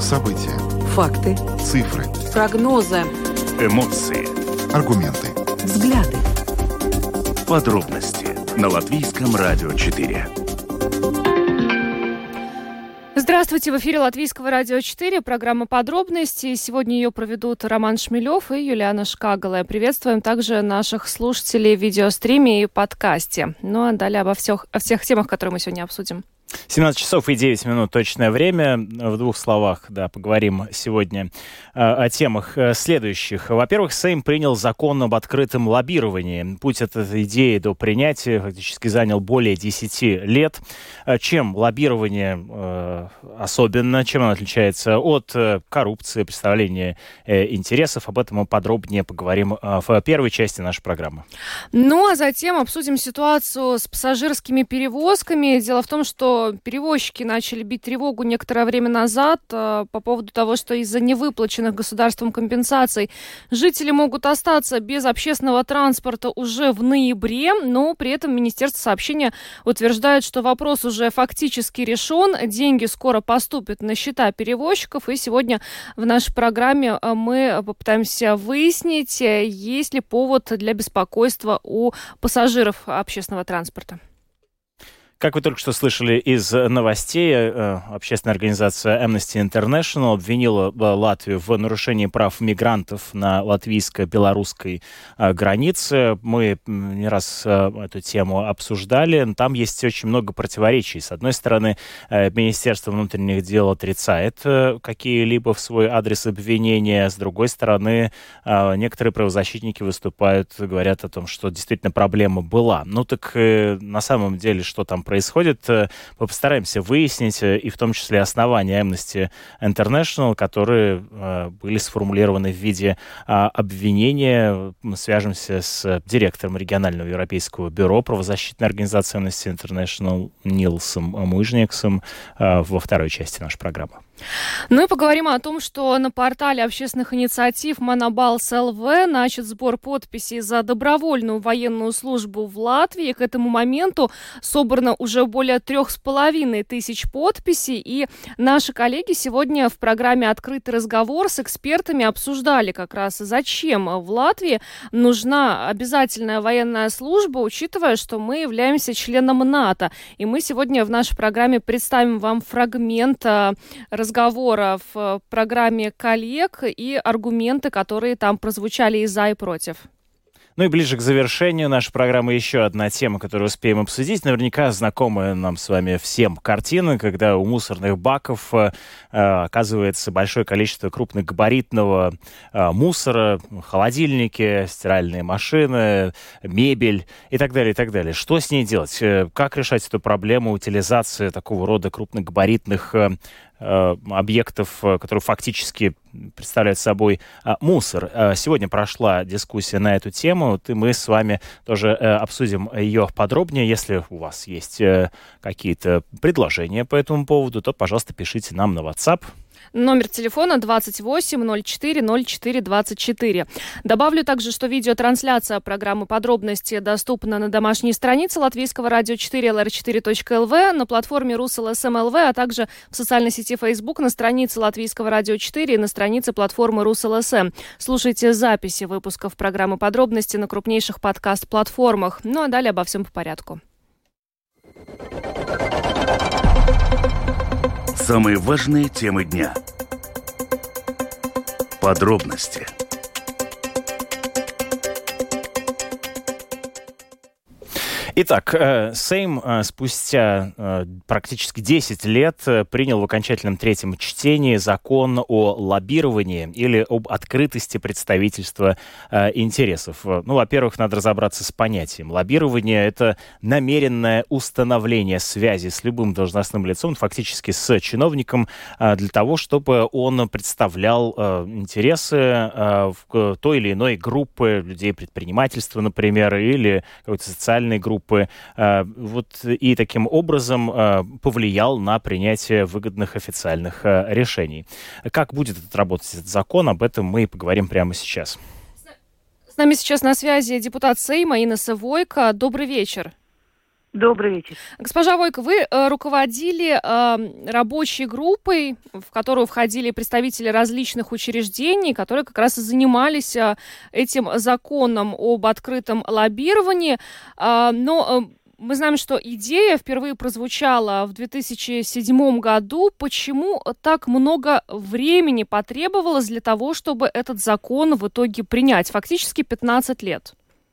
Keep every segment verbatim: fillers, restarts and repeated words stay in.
События. Факты. Цифры. Прогнозы. Эмоции. Аргументы. Взгляды. Подробности на Латвийском радио четыре. Здравствуйте, в эфире Латвийского радио четыре, программа «Подробности». Сегодня ее проведут Роман Шмелев и Юлиана Шкагала. Приветствуем также наших слушателей в видеостриме и подкасте. Ну а далее обо всех, о всех темах, которые мы сегодня обсудим. семнадцать часов и девять минут точное время. В двух словах, да, поговорим сегодня э, о темах э, следующих. Во-первых, Сейм принял закон об открытом лоббировании. Путь от этой идеи до принятия фактически занял более десяти лет. Э, чем лоббирование э, особенно, чем оно отличается от э, коррупции, представления э, интересов? Об этом мы подробнее поговорим э, в первой части нашей программы. Ну, а затем обсудим ситуацию с пассажирскими перевозками. Дело в том, что перевозчики начали бить тревогу некоторое время назад э, по поводу того, что из-за невыплаченных государством компенсаций жители могут остаться без общественного транспорта уже в ноябре, но при этом Министерство сообщения утверждает, что вопрос уже фактически решен, деньги скоро поступят на счета перевозчиков, и сегодня в нашей программе мы попытаемся выяснить, есть ли повод для беспокойства у пассажиров общественного транспорта. Как вы только что слышали из новостей, общественная организация Amnesty International обвинила Латвию в нарушении прав мигрантов на латвийско-белорусской границе. Мы не раз эту тему обсуждали. Там есть очень много противоречий. С одной стороны, Министерство внутренних дел отрицает какие-либо в свой адрес обвинения. С другой стороны, некоторые правозащитники выступают, говорят о том, что действительно проблема была. Ну так на самом деле, что там происходит, мы постараемся выяснить, и в том числе основания Amnesty International, которые э, были сформулированы в виде э, обвинения. Мы свяжемся с директором регионального европейского бюро правозащитной организации Amnesty International Нилсом Мужниксом э, во второй части нашей программы. Ну и поговорим о том, что на портале общественных инициатив Монобалс точка эл ви начат сбор подписей за добровольную военную службу в Латвии. К этому моменту собрано уже более трех с половиной тысяч подписей, и наши коллеги сегодня в программе «Открытый разговор» с экспертами обсуждали как раз, зачем в Латвии нужна обязательная военная служба, учитывая, что мы являемся членом НАТО. И мы сегодня в нашей программе представим вам фрагмент разговора разговора в программе коллег и аргументы, которые там прозвучали и за, и против. Ну и ближе к завершению нашей программы еще одна тема, которую успеем обсудить. Наверняка знакомая нам с вами всем картина, когда у мусорных баков э, оказывается большое количество крупногабаритного э, мусора, холодильники, стиральные машины, мебель и так далее, и так далее. Что с ней делать? Как решать эту проблему утилизации такого рода крупногабаритных э, объектов, которые фактически представляют собой а, мусор. А, сегодня прошла дискуссия на эту тему, и мы с вами тоже а, обсудим ее подробнее. Если у вас есть а, какие-то предложения по этому поводу, то, пожалуйста, пишите нам на WhatsApp. Номер телефона двадцать восемь ноль четыре ноль четыре двадцать четыре. Добавлю также, что видеотрансляция программы «Подробности» доступна на домашней странице Латвийского радио четыре эл эр четыре точка эл ви, на платформе РусЛСМ эл ви, а также в социальной сети Facebook, на странице Латвийского радио четыре и на странице платформы РусЛСМ. Слушайте записи выпусков программы «Подробности» на крупнейших подкаст-платформах. Ну а далее обо всем по порядку. Самые важные темы дня. Подробности. Итак, Сейм спустя практически десять лет принял в окончательном третьем чтении закон о лоббировании или об открытости представительства интересов. Ну, во-первых, надо разобраться с понятием. Лоббирование – это намеренное установление связи с любым должностным лицом, фактически с чиновником, для того, чтобы он представлял интересы той или иной группы людей предпринимательства, например, или какой-то социальной группы. Вот, и таким образом повлиял на принятие выгодных официальных решений. Как будет работать этот закон, об этом мы и поговорим прямо сейчас. С нами сейчас на связи депутат Сейма Инесса Войко. Добрый вечер. Добрый вечер. Госпожа Войко, вы э, руководили э, рабочей группой, в которую входили представители различных учреждений, которые как раз и занимались э, этим законом об открытом лоббировании. Э, но э, мы знаем, что идея впервые прозвучала в две тысячи седьмом году. Почему так много времени потребовалось для того, чтобы этот закон в итоге принять? Фактически пятнадцать лет.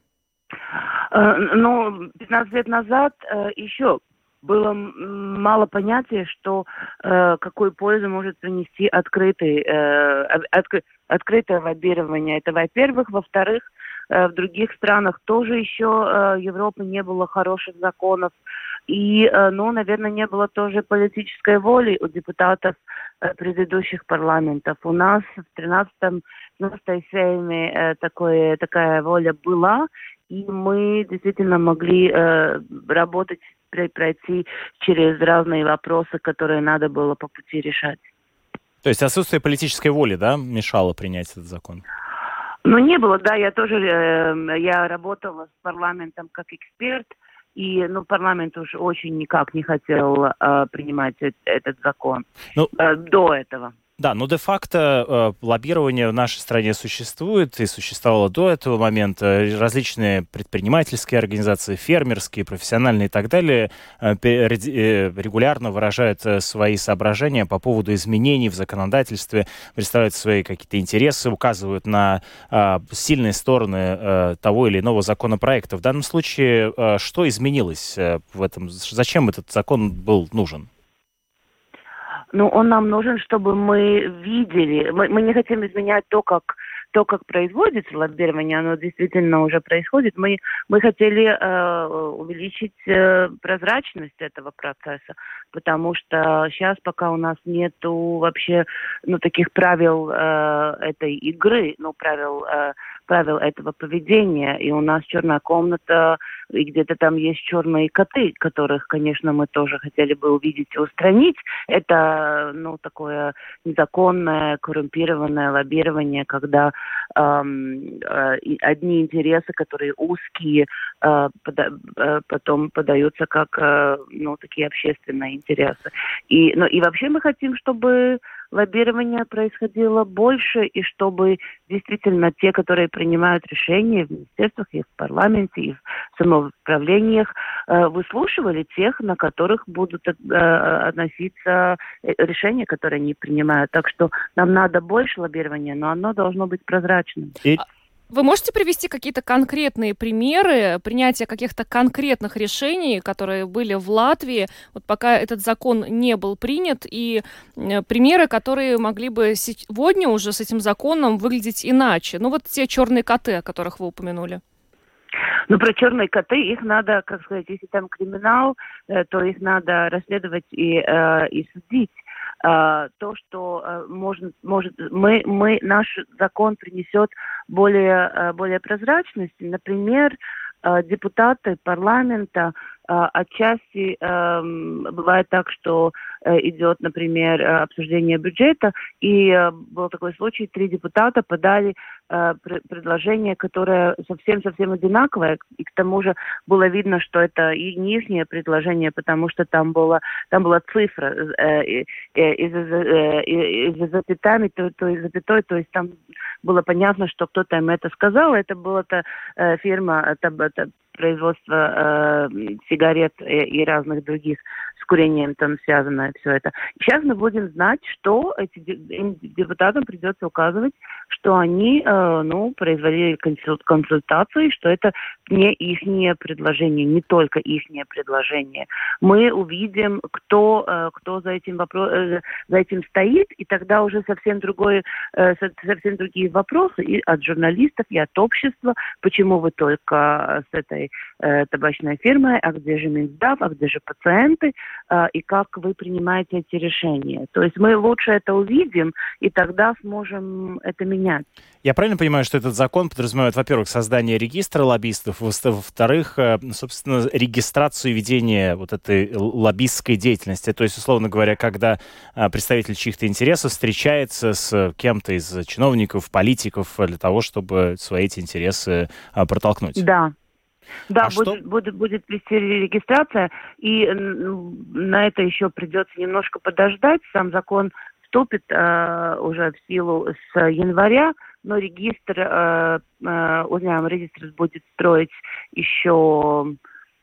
Ну, пятнадцать лет назад еще было мало понятия, что какую пользу может принести открытый, откры, открытое лоббирование. Это, во-первых. Во-вторых, в других странах тоже еще Европы не было хороших законов. И, ну, наверное, не было тоже политической воли у депутатов предыдущих парламентов. У нас в тринадцатом сейме такое, такая воля была, и мы действительно могли э, работать, пройти через разные вопросы, которые надо было по пути решать. То есть отсутствие политической воли, да, мешало принять этот закон? Ну, не было, да, я тоже, э, я работала с парламентом как эксперт, и, ну, парламент уже очень никак не хотел э, принимать э, этот закон ну... э, до этого. Да, но де-факто э, лоббирование в нашей стране существует и существовало до этого момента. Различные предпринимательские организации, фермерские, профессиональные и так далее э, регулярно выражают э, свои соображения по поводу изменений в законодательстве, представляют свои какие-то интересы, указывают на э, сильные стороны э, того или иного законопроекта. В данном случае э, что изменилось э, в этом? Зачем этот закон был нужен? Ну, он нам нужен, чтобы мы видели. Мы, мы не хотим изменять то, как то, как производится лоббирование, оно действительно уже происходит. Мы, мы хотели э, увеличить э, прозрачность этого процесса, потому что сейчас пока у нас нету вообще ну, таких правил э, этой игры, ну, правил, э, правил этого поведения, и у нас черная комната, и где-то там есть черные коты, которых, конечно, мы тоже хотели бы увидеть и устранить. Это, ну, такое незаконное, коррумпированное лоббирование, когда эм, э, одни интересы, которые узкие, э, пода- э, потом подаются как, э, ну, такие общественные интересы. И, ну, и вообще мы хотим, чтобы лоббирование происходило больше, и чтобы действительно те, которые принимают решения в министерствах, и в парламенте, и в самоуправлениях, выслушивали тех, на которых будут относиться решения, которые они принимают. Так что нам надо больше лоббирования, но оно должно быть прозрачным. И... Вы можете привести какие-то конкретные примеры принятия каких-то конкретных решений, которые были в Латвии, вот пока этот закон не был принят, и примеры, которые могли бы сегодня уже с этим законом выглядеть иначе? Ну вот те черные коты, о которых вы упомянули. Ну, про черные коты, их надо, как сказать, если там криминал, то их надо расследовать и, и судить. Uh, то, что uh, может, может мы, мы, наш закон принесет более, uh, более прозрачности. Например, uh, депутаты парламента uh, отчасти uh, бывает так, что uh, идет, например, uh, обсуждение бюджета, и uh, был такой случай, три депутата подали uh, пр- предложение, которое совсем-совсем одинаковое, и к тому же было видно, что это и не ихнее предложение, потому что там была, там была цифра uh, из-за запятами, то, то из запятой, то есть там было понятно, что кто-то им это сказал. Это была та э, фирма, это, это производство э, сигарет и, и разных других с курением там связано все это. Сейчас мы будем знать, что этим депутатам придется указывать, что они э, ну, производили консультации, что это не ихнее предложение, не только ихнее предложение. Мы увидим, кто, э, кто за этим вопросом, э, за этим стоит, и тогда уже совсем другое, э, совсем другие вопросы и от журналистов, и от общества, почему вы только с этой э, табачной фирмой, а где же Минздрав, а где же пациенты, э, и как вы принимаете эти решения. То есть мы лучше это увидим, и тогда сможем это менять. Я правильно понимаю, что этот закон подразумевает, во-первых, создание регистра лоббистов, во-вторых, собственно, регистрацию и ведение вот этой лоббистской деятельности. То есть, условно говоря, когда представитель чьих-то интересов встречается с кем-то из чиновников, политиков для того, чтобы свои эти интересы протолкнуть. Да. Да, А будет, что? будет, будет вести регистрация, и на это еще придется немножко подождать. Сам закон вступит э, уже в силу с января, но регистр, э, э, узнаем, регистр будет строить еще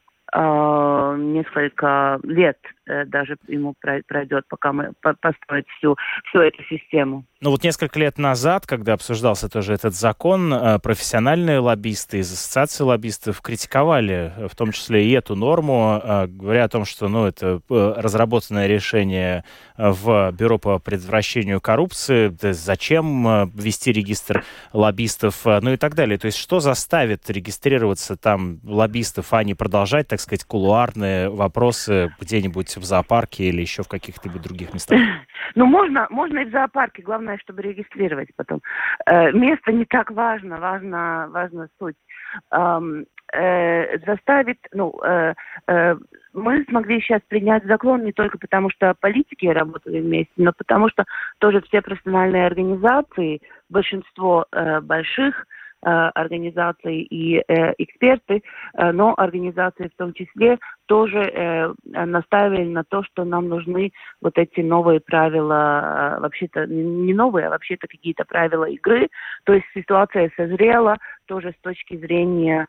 э, несколько лет, э, даже ему пройдет, пока мы по- построим всю, всю эту систему. Ну вот несколько лет назад, когда обсуждался тоже этот закон, профессиональные лоббисты из ассоциации лоббистов критиковали в том числе и эту норму, говоря о том, что ну, это разработанное решение в Бюро по предотвращению коррупции, да зачем вести регистр лоббистов, ну и так далее. То есть что заставит регистрироваться там лоббистов, а не продолжать, так сказать, кулуарные вопросы где-нибудь в зоопарке или еще в каких-либо других местах? Ну, можно, можно и в зоопарке, главное, чтобы регистрировать потом. Э, место не так важно, важно, важна суть. Эм, э, заставить, ну, э, э, мы смогли сейчас принять закон не только потому, что политики работали вместе, но потому что тоже все профессиональные организации, большинство э, больших организации и э, эксперты, э, но организации в том числе тоже э, настаивали на то, что нам нужны вот эти новые правила, э, вообще-то не новые, а вообще-то какие-то правила игры. То есть ситуация созрела тоже с точки зрения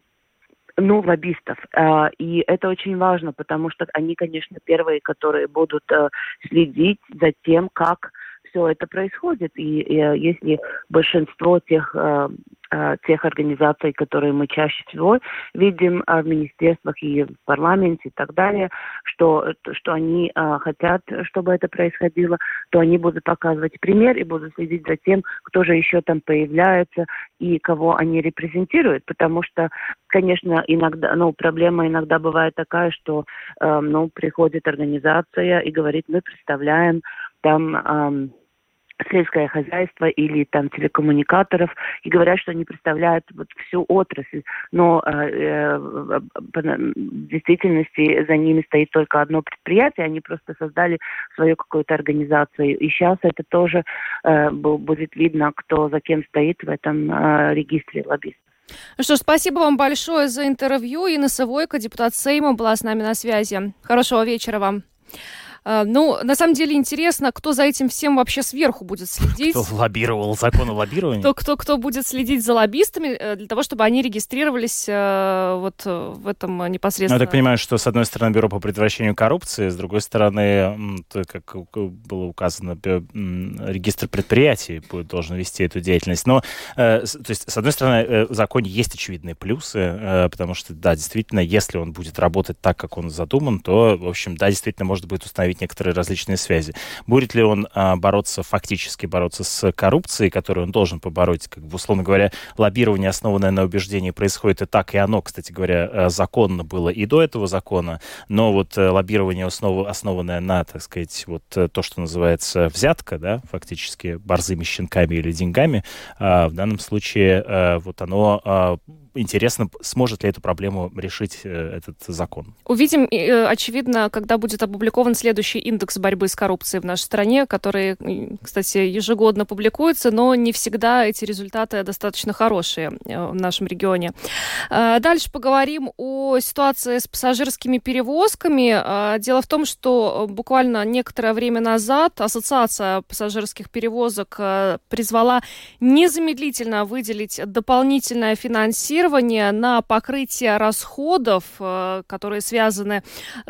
ну, лоббистов. Э, и это очень важно, потому что они, конечно, первые, которые будут э, следить за тем, как все это происходит. И, и если большинство тех, э, тех организаций, которые мы чаще всего видим в министерствах и в парламенте и так далее, что, что они э, хотят, чтобы это происходило, то они будут показывать пример и будут следить за тем, кто же еще там появляется и кого они репрезентируют. Потому что, конечно, иногда, ну, проблема иногда бывает такая, что э, ну, приходит организация и говорит, мы представляем там э, сельское хозяйство или там телекоммуникаторов, и говорят, что они представляют вот всю отрасль, но э, э, в действительности за ними стоит только одно предприятие, они просто создали свою какую-то организацию. И сейчас это тоже э, будет видно, кто за кем стоит в этом э, регистре лоббистов. Ну что ж, спасибо вам большое за интервью. Инна Савойко, депутат Сейма, была с нами на связи. Хорошего вечера вам. Ну, на самом деле интересно, кто за этим всем вообще сверху будет следить. Кто лоббировал закон о лоббировании? Кто, кто, кто будет следить за лоббистами для того, чтобы они регистрировались э, вот в этом непосредственно. Ну, я так понимаю, что с одной стороны Бюро по предотвращению коррупции, с другой стороны, как было указано, регистр предприятий будет, должен вести эту деятельность. Но, э, то есть, с одной стороны, в законе есть очевидные плюсы, э, потому что, да, действительно, если он будет работать так, как он задуман, то, в общем, да, действительно, может быть установить некоторые различные связи. Будет ли он а, бороться, фактически бороться с коррупцией, которую он должен побороть? Как бы, условно говоря, лоббирование, основанное на убеждении, происходит и так, и оно, кстати говоря, законно было и до этого закона, но вот лоббирование, основ, основанное на, так сказать, вот то, что называется взятка, да, фактически борзыми щенками или деньгами, а, в данном случае а, вот оно... А, интересно, сможет ли эту проблему решить э, этот закон? Увидим, э, очевидно, когда будет опубликован следующий индекс борьбы с коррупцией в нашей стране, который, кстати, ежегодно публикуется, но не всегда эти результаты достаточно хорошие в нашем регионе. Э, дальше поговорим о ситуации с пассажирскими перевозками. Э, дело в том, что буквально некоторое время назад Ассоциация пассажирских перевозок э, призвала незамедлительно выделить дополнительное финансирование на покрытие расходов, которые связаны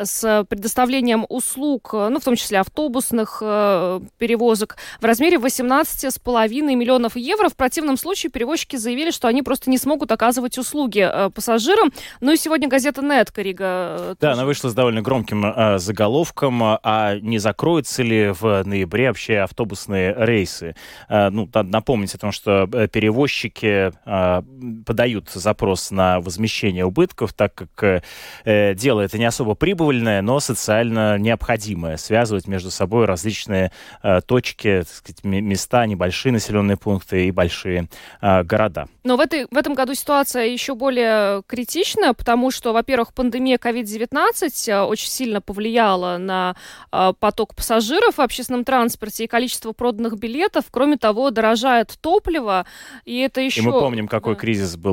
с предоставлением услуг, ну, в том числе автобусных перевозок, в размере восемнадцать с половиной миллионов евро. В противном случае перевозчики заявили, что они просто не смогут оказывать услуги пассажирам. Ну и сегодня газета «Нет», Рига. Да, она вышла с довольно громким э, заголовком, а не закроются ли в ноябре вообще автобусные рейсы. Э, ну, надо напомнить о том, что перевозчики э, подают запрос на возмещение убытков, так как э, дело это не особо прибыльное, но социально необходимое. Связывать между собой различные э, точки, так сказать, места, небольшие населенные пункты и большие э, города. Но в, этой, в этом году ситуация еще более критична, потому что, во-первых, пандемия ковид девятнадцать очень сильно повлияла на э, поток пассажиров в общественном транспорте и количество проданных билетов. Кроме того, дорожает топливо, и это еще... И мы помним, какой да. кризис был летом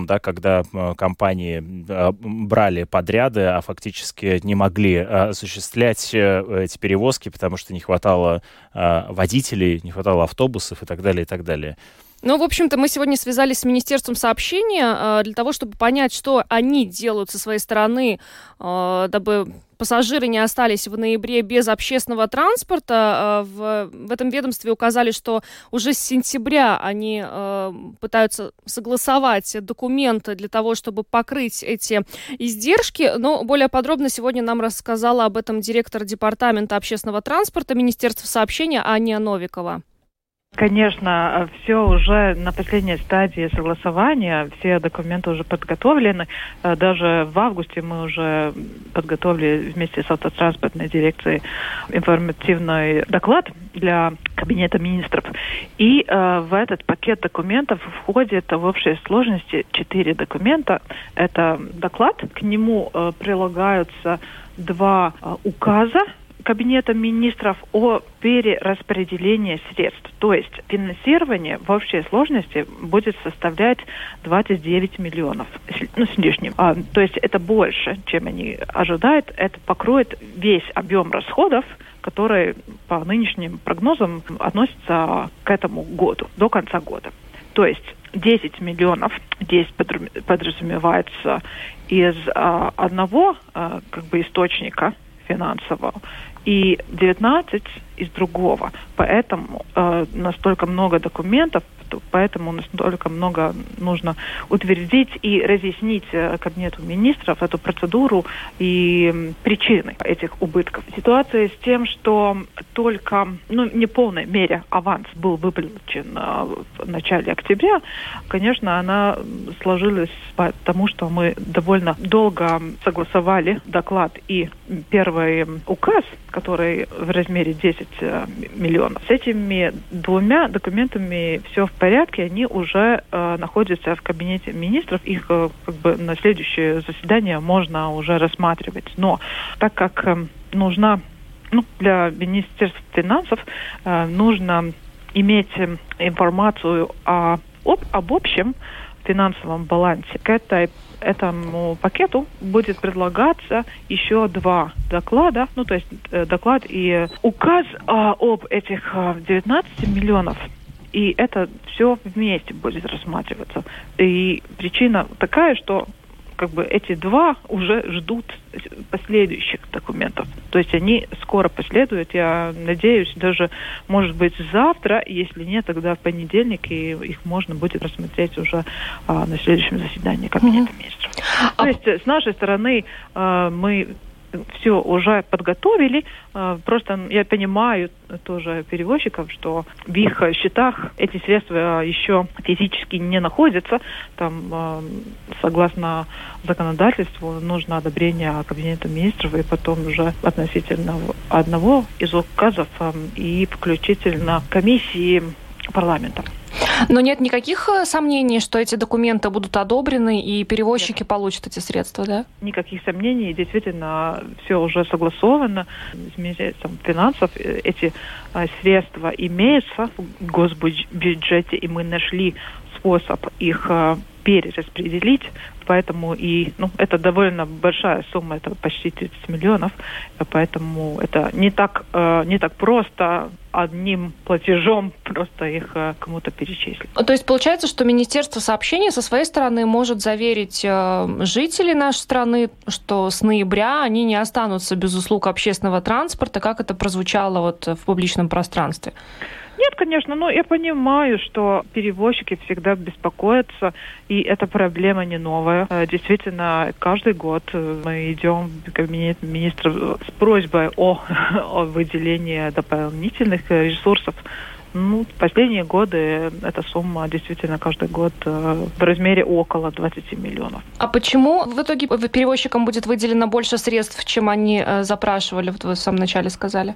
прошлом, да, когда компании брали подряды, а фактически не могли осуществлять эти перевозки, потому что не хватало водителей, не хватало автобусов и так далее, и так далее. Ну, в общем-то, мы сегодня связались с Министерством сообщения для того, чтобы понять, что они делают со своей стороны, дабы пассажиры не остались в ноябре без общественного транспорта. В, в этом ведомстве указали, что уже с сентября они пытаются согласовать документы для того, чтобы покрыть эти издержки. Но более подробно сегодня нам рассказала об этом директор департамента общественного транспорта Министерства сообщения Аня Новикова. Конечно, все уже на последней стадии согласования, все документы уже подготовлены. Даже в августе мы уже подготовили вместе с автотранспортной дирекцией информативный доклад для Кабинета министров. И э, в этот пакет документов входит в общей сложности четыре документа. Это доклад, к нему э, прилагаются два э, указа Кабинета министров о перераспределении средств. То есть финансирование в общей сложности будет составлять двадцать девять миллионов, ну, с лишним. А, то есть это больше, чем они ожидают. Это покроет весь объем расходов, которые по нынешним прогнозам относятся к этому году, до конца года. То есть десять миллионов здесь подразумевается из а, одного а, как бы источника финансового и девятнадцать из другого. Поэтому э, настолько много документов, поэтому настолько много нужно утвердить и разъяснить э, Кабинету министров эту процедуру и причины этих убытков. Ситуация с тем, что только, ну, не в полной мере аванс был выплачен э, в начале октября, конечно, она сложилась потому, что мы довольно долго согласовали доклад и первый указ, который в размере десять миллионов. С этими двумя документами все в порядке, они уже э, находятся в Кабинете министров, их э, как бы на следующее заседание можно уже рассматривать. Но так как э, нужна, ну, для Министерства финансов э, нужно иметь информацию о, об, об общем финансовом балансе, к этой этому пакету будет предлагаться еще два доклада, ну, то есть э, доклад и указ э, об этих э, девятнадцати миллионов, и это все вместе будет рассматриваться. И причина такая, что как бы эти два уже ждут последующих документов. То есть они скоро последуют. Я надеюсь, даже, может быть, завтра, если нет, тогда в понедельник, и их можно будет рассмотреть уже а, на следующем заседании Кабинета mm-hmm. министров. То есть с нашей стороны а, мы все уже подготовили. Просто я понимаю тоже перевозчиков, что в их счетах эти средства еще физически не находятся. Там, согласно законодательству, нужно одобрение Кабинета министров, и потом уже относительно одного из указов и включительно комиссии парламента. Но нет никаких сомнений, что эти документы будут одобрены и перевозчики нет. получат эти средства, да? Никаких сомнений. Действительно, все уже согласовано с Министерством финансов. Эти а, средства имеются в госбюджете, и мы нашли способ их а, перераспределить. Поэтому и, ну, это довольно большая сумма, это почти тридцать миллионов. Поэтому это не так, э, не так просто одним платежом просто их э, кому-то перечислить. То есть получается, что Министерство сообщения со своей стороны может заверить э, жителей нашей страны, что с ноября они не останутся без услуг общественного транспорта, как это прозвучало вот в публичном пространстве? Нет, конечно, но я понимаю, что перевозчики всегда беспокоятся, и эта проблема не новая. Действительно, каждый год мы идем в Кабинет министров с просьбой о, о выделении дополнительных ресурсов. Ну, в последние годы эта сумма действительно каждый год в размере около двадцати миллионов. А почему в итоге перевозчикам будет выделено больше средств, чем они запрашивали, вот вы в самом начале сказали?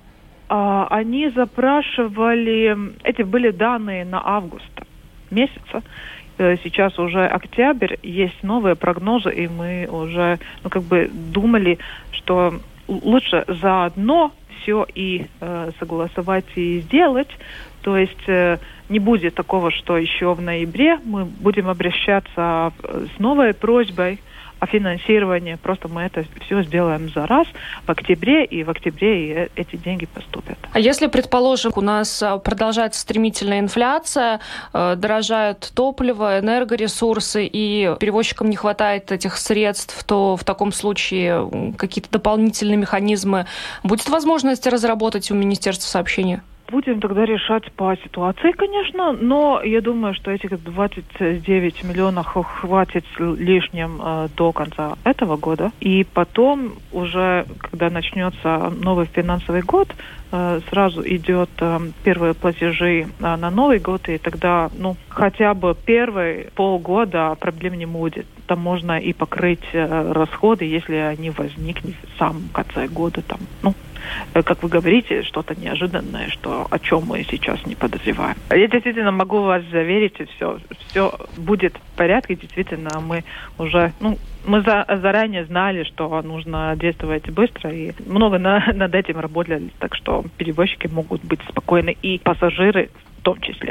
Они запрашивали, эти были данные на август месяца. Сейчас уже октябрь, есть новые прогнозы, и мы уже, ну, как бы думали, что лучше заодно все и э, согласовать и сделать, То есть не будет такого, что еще в ноябре мы будем обращаться с новой просьбой о финансировании. Просто мы это все сделаем за раз в октябре, и в октябре эти деньги поступят. А если, предположим, у нас продолжается стремительная инфляция, дорожают топливо, энергоресурсы, и перевозчикам не хватает этих средств, то в таком случае какие-то дополнительные механизмы будет возможность разработать у Министерства сообщения? Будем тогда решать по ситуации, конечно, но я думаю, что этих двадцать девять миллионов хватит лишним э, до конца этого года. И потом уже, когда начнется новый финансовый год, э, сразу идет э, первые платежи э, на Новый год, и тогда, ну, хотя бы первые полгода проблем не будет. Там можно и покрыть э, расходы, если они возникнут в самом конце года, там, ну, как вы говорите, что-то неожиданное, что, о чем мы сейчас не подозреваем. Я действительно могу вас заверить, все, все будет в порядке. Действительно, мы уже, ну, мы за, заранее знали, что нужно действовать быстро, и много на, над этим работали, так что перевозчики могут быть спокойны, и пассажиры в том числе.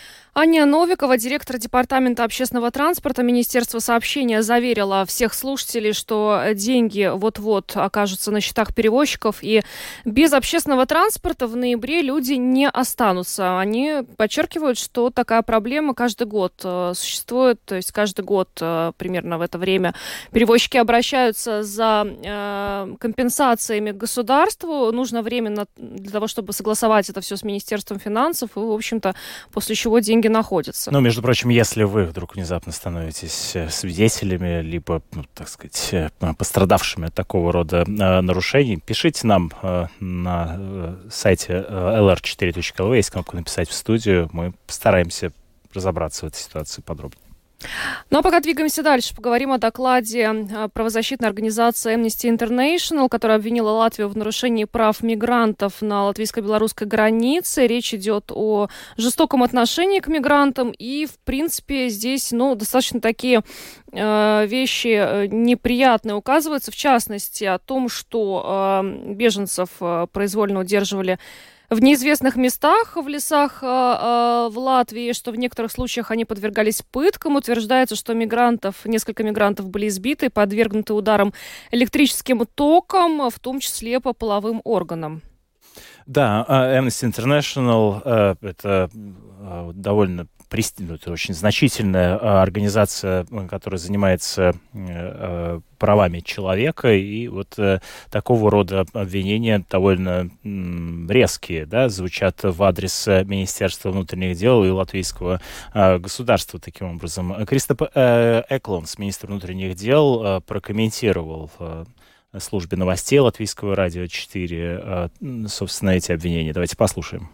Аня Новикова, директор Департамента общественного транспорта Министерства сообщения, заверила всех слушателей, что деньги вот-вот окажутся на счетах перевозчиков, и без общественного транспорта в ноябре люди не останутся. Они подчеркивают, что такая проблема каждый год существует, то есть каждый год примерно в это время перевозчики обращаются за э, компенсациями к государству. Нужно время для того, чтобы согласовать это все с Министерством финансов, и, в общем-то, после чего деньги находятся. Ну, между прочим, если вы вдруг внезапно становитесь свидетелями, либо, ну, так сказать, пострадавшими от такого рода э, нарушений, пишите нам э, на э, сайте э, эл эр четыре точка эл ви, есть кнопка «Написать в студию». Мы постараемся разобраться в этой ситуации подробнее. Ну а пока двигаемся дальше, поговорим о докладе правозащитной организации Amnesty International, которая обвинила Латвию в нарушении прав мигрантов на латвийско-белорусской границе. Речь идет о жестоком отношении к мигрантам, и, в принципе, здесь, ну, достаточно такие э, вещи неприятные указываются, в частности, о том, что э, беженцев э, произвольно удерживали в неизвестных местах в лесах э, э, в Латвии, что в некоторых случаях они подвергались пыткам. Утверждается, что мигрантов, несколько мигрантов были избиты, подвергнуты ударам электрическим током, в том числе по половым органам. Да, Amnesty International э, это э, довольно ну, это очень значительная организация, которая занимается э, правами человека, и вот э, такого рода обвинения довольно м, резкие, да, звучат в адрес Министерства внутренних дел и латвийского э, государства таким образом. Кристоп э, Эклунс, министр внутренних дел, э, прокомментировал э, службе новостей Латвийского радио четыре, э, собственно, эти обвинения. Давайте послушаем.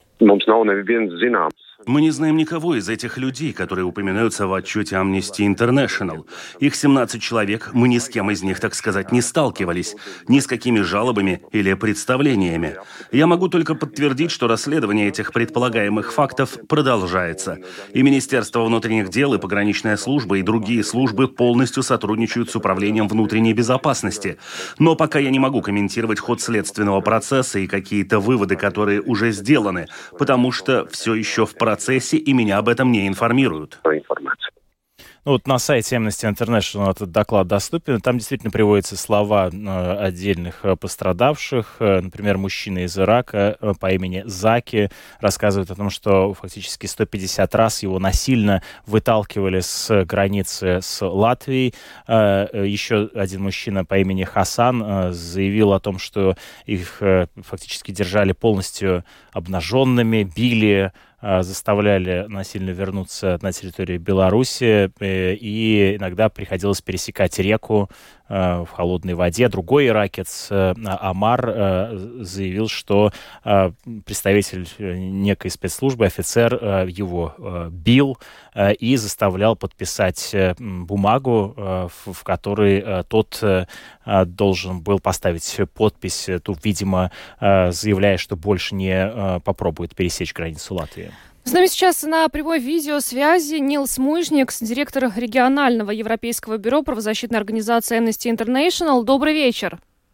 Мы не знаем никого из этих людей, которые упоминаются в отчете Amnesty International. Их семнадцать человек, мы ни с кем из них, так сказать, не сталкивались, ни с какими жалобами или представлениями. Я могу только подтвердить, что расследование этих предполагаемых фактов продолжается. И Министерство внутренних дел, и пограничная служба, и другие службы полностью сотрудничают с Управлением внутренней безопасности. Но пока я не могу комментировать ход следственного процесса и какие-то выводы, которые уже сделаны, потому что все еще в процессе. процессе, и меня об этом не информируют. Ну, вот на сайте Amnesty International этот доклад доступен. Там действительно приводятся слова э, отдельных э, пострадавших. Э, например, мужчина из Ирака э, по имени Заки рассказывает о том, что фактически сто пятьдесят раз его насильно выталкивали с границы с Латвией. Э, еще один мужчина по имени Хасан э, заявил о том, что их э, фактически держали полностью обнаженными, били, заставляли насильно вернуться на территорию Беларуси, и иногда приходилось пересекать реку в холодной воде. Другой иракец, Амар, заявил, что представитель некой спецслужбы, офицер, его бил и заставлял подписать бумагу, в которой тот должен был поставить подпись, тут, видимо, заявляя, что больше не попробует пересечь границу Латвии. С нами сейчас на прямой видеосвязи Нилс Мужникс, директор регионального европейского бюро правозащитной организации Amnesty International. Добрый вечер.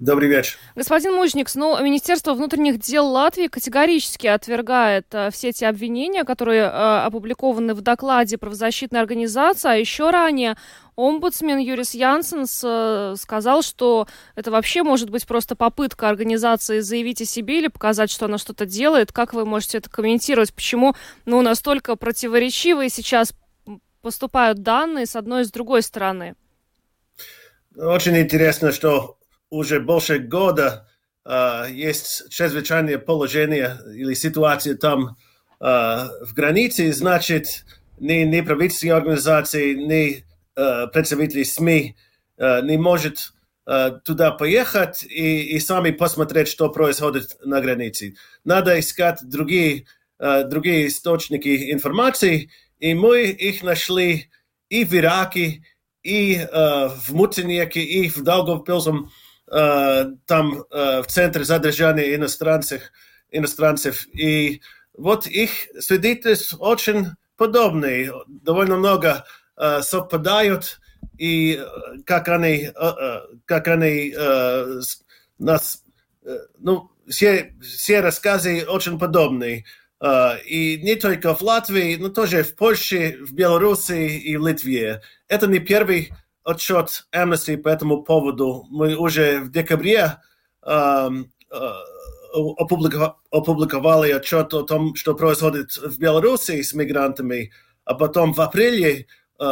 Добрый вечер. Господин Мужникс, ну, Министерство внутренних дел Латвии категорически отвергает э, все эти обвинения, которые э, опубликованы в докладе правозащитной организации, а еще ранее омбудсмен Юрис Янсенс э, сказал, что это вообще может быть просто попытка организации заявить о себе или показать, что она что-то делает. Как вы можете это комментировать? Почему, ну, настолько противоречивые сейчас поступают данные с одной и с другой стороны? Очень интересно, что уже больше года э, есть чрезвычайное положение или ситуация там э, в границе, значит, ни неправительственные организации, ни э, представители СМИ э, не может э, туда поехать и, и сами посмотреть, что происходит на границе. Надо искать другие, э, другие источники информации, и мы их нашли и в Ираке, и э, в Мутинеке, и в Даугавпилсом, Uh, там uh, в центре задержания иностранцев, иностранцев. И вот их свидетельства очень подобные, довольно много uh, совпадают, и uh, как они, uh, uh, как они uh, нас, uh, ну, все, все рассказы очень подобные. Uh, и не только в Латвии, но тоже в Польше, в Беларуси и в Литве. Это не первый отчет Amnesty по этому поводу. Мы уже в декабре э, э, опубликовали отчет о том, что происходит в Беларуси с мигрантами, а потом в апреле э,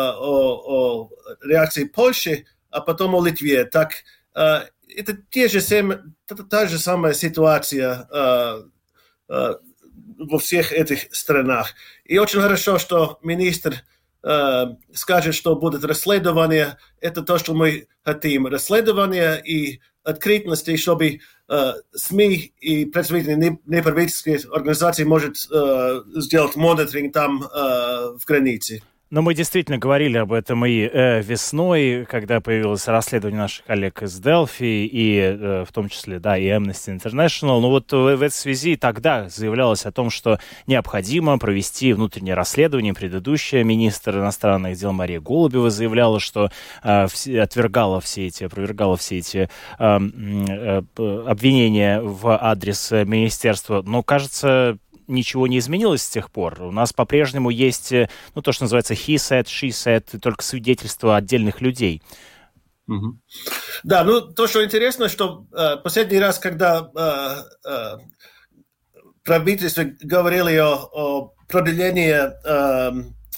о, о реакции Польши, а потом о Литве. Так э, это те же семь, та, та же самая ситуация э, э, во всех этих странах. И очень хорошо, что министр Uh, скажет, что будет расследование. Это то, что мы хотим. Расследование и открытности, чтобы uh, СМИ и представители неправительственных организаций могут uh, сделать мониторинг там uh, в границе. Но мы действительно говорили об этом и э, весной, когда появилось расследование наших коллег из Delphi, и э, в том числе, да, и Amnesty International. Но вот в, в этой связи тогда заявлялось о том, что необходимо провести внутреннее расследование. Предыдущая министр иностранных дел Мария Голубева заявляла, что э, все, отвергала все эти, опровергала все эти э, э, обвинения в адрес министерства. Но, кажется, ничего не изменилось с тех пор. У нас по-прежнему есть, ну, то, что называется he said, she said, только свидетельства отдельных людей. Mm-hmm. Да, ну, то, что интересно, что э, последний раз, когда э, э, правительство говорило о, о продлении э,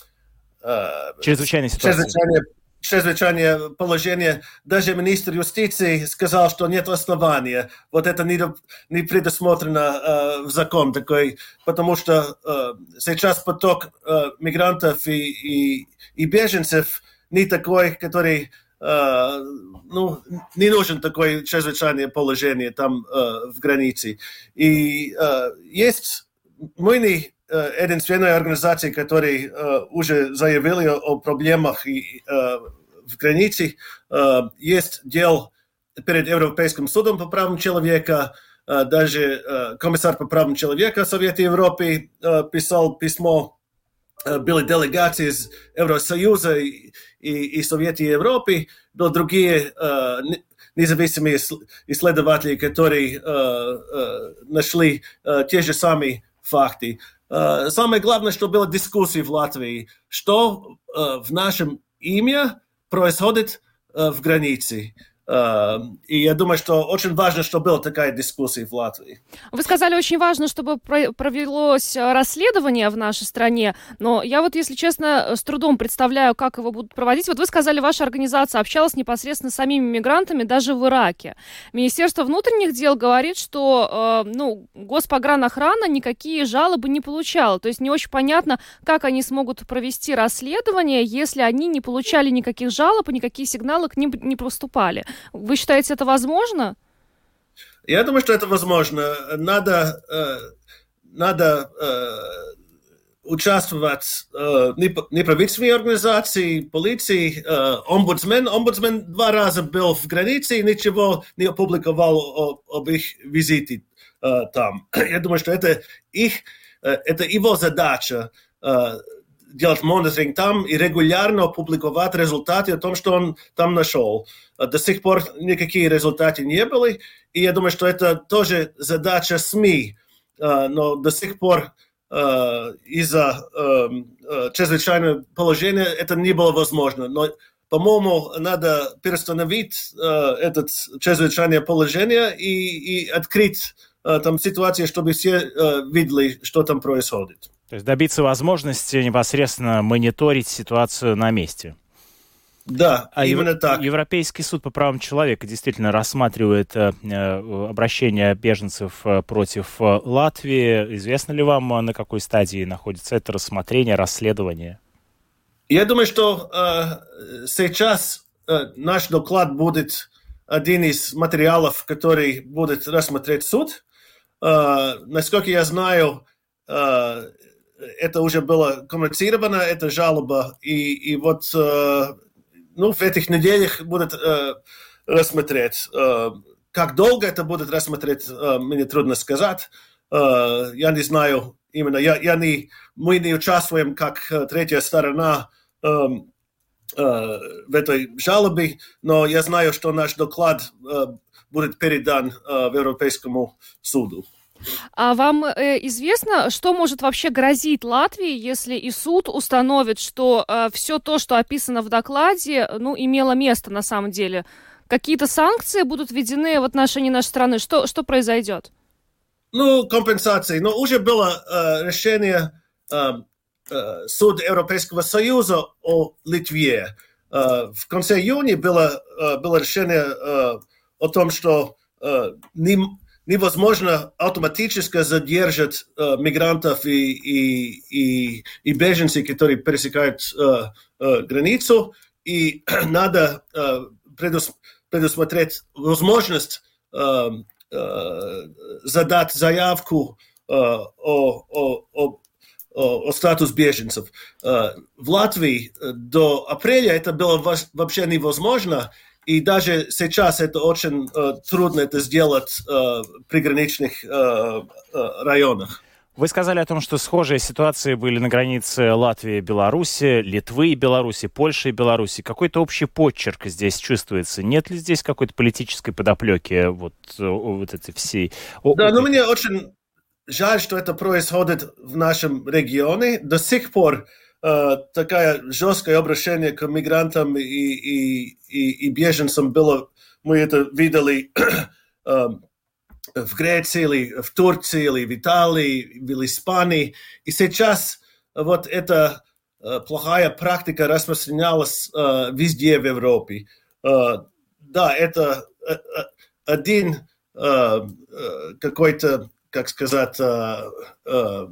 э, чрезвычайной ситуации. Чрезвычайной чрезвычайное положение, даже министр юстиции сказал, что нет основания. Вот это не, не предусмотрено э, в закон такой, потому что э, сейчас поток э, мигрантов и, и, и беженцев не такой, который, э, ну, не нужен такое чрезвычайное положение там э, в границе. И э, есть мы не единственная организация, которая uh, уже заявила о проблемах и, uh, в границе. Uh, есть дело перед Европейским судом по правам человека. Uh, даже uh, комиссар по правам человека Совета Европы uh, писал письмо. Uh, были делегации из Евросоюза и, и, и Совета Европы. Были другие uh, независимые исследователи, которые uh, uh, нашли uh, те же самые факты. Uh, самое главное, что была дискуссия в Латвии, что uh, в нашем имя происходит uh, в границе. Uh, и я думаю, что очень важно, чтобы была такая дискуссия в Латвии. Вы сказали, очень важно, чтобы провелось расследование в нашей стране, но я вот, если честно, с трудом представляю, как его будут проводить. Вот вы сказали, ваша организация общалась непосредственно с самими мигрантами даже в Ираке. Министерство внутренних дел говорит, что э, ну, Госпогранохрана никакие жалобы не получала. То есть не очень понятно, как они смогут провести расследование, если они не получали никаких жалоб и никакие сигналы к ним не поступали. Вы считаете, это возможно? Я думаю, что это возможно. Надо, э, надо э, участвовать э, неправительственные организации, полиции, э, омбудсмен. Омбудсмен два раза был в границе и ничего не опубликовал о, об их визите э, там. Я думаю, что это их, э, это его задача э, делать мониторинг там и регулярно публиковать результаты о том, что он там нашел. До сих пор никакие результаты не были, и я думаю, что это тоже задача СМИ, но до сих пор из-за чрезвычайного положения это не было возможно. Но, по-моему, надо перестановить это чрезвычайное положение и, и открыть там ситуацию, чтобы все видели, что там происходит. То есть добиться возможности непосредственно мониторить ситуацию на месте. Да, а именно Ев... так. Европейский суд по правам человека действительно рассматривает э, обращение беженцев против Латвии. Известно ли вам, на какой стадии находится это рассмотрение, расследование? Я думаю, что э, сейчас э, наш доклад будет один из материалов, который будет рассмотреть суд. Э, насколько я знаю, э, это уже было коммуницировано, эта жалоба, и, и вот э, ну, в этих неделях будут э, рассмотреть. Э, как долго это будет рассмотреть, э, мне трудно сказать. Э, я не знаю именно, я, я не, мы не участвуем как третья сторона э, э, в этой жалобе, но я знаю, что наш доклад э, будет передан э, в Европейскому суду. А вам э, известно, что может вообще грозить Латвии, если и суд установит, что э, все то, что описано в докладе, ну, имело место на самом деле? Какие-то санкции будут введены в отношении нашей страны? Что, что произойдет? Ну, компенсации. Но уже было э, решение э, э, Суда Европейского Союза о Литве. Э, в конце июня было, э, было решение э, о том, что э, не невозможно автоматически задержать э, мигрантов и, и, и, и беженцев, которые пересекают э, э, границу, и надо э, предус, предусмотреть возможность э, э, задать заявку э, о, о, о, о статус беженцев. Э, в Латвии до апреля это было вообще невозможно. И даже сейчас это очень э, трудно это сделать э, в приграничных э, э, районах. Вы сказали о том, что схожие ситуации были на границе Латвии и Беларуси, Литвы и Беларуси, Польши и Беларуси. Какой-то общий почерк здесь чувствуется? Нет ли здесь какой-то политической подоплеки вот, вот этой всей? Да, но мне очень жаль, что это происходит в нашем регионе. До сих пор Uh, такое жесткое обращение к мигрантам и, и, и, и беженцам было, мы это видели uh, в Греции, или в Турции, или в Италии, или в Испании. И сейчас вот эта uh, плохая практика распространялась uh, везде в Европе. Uh, да, это uh, один uh, uh, какой-то, как сказать, uh, uh,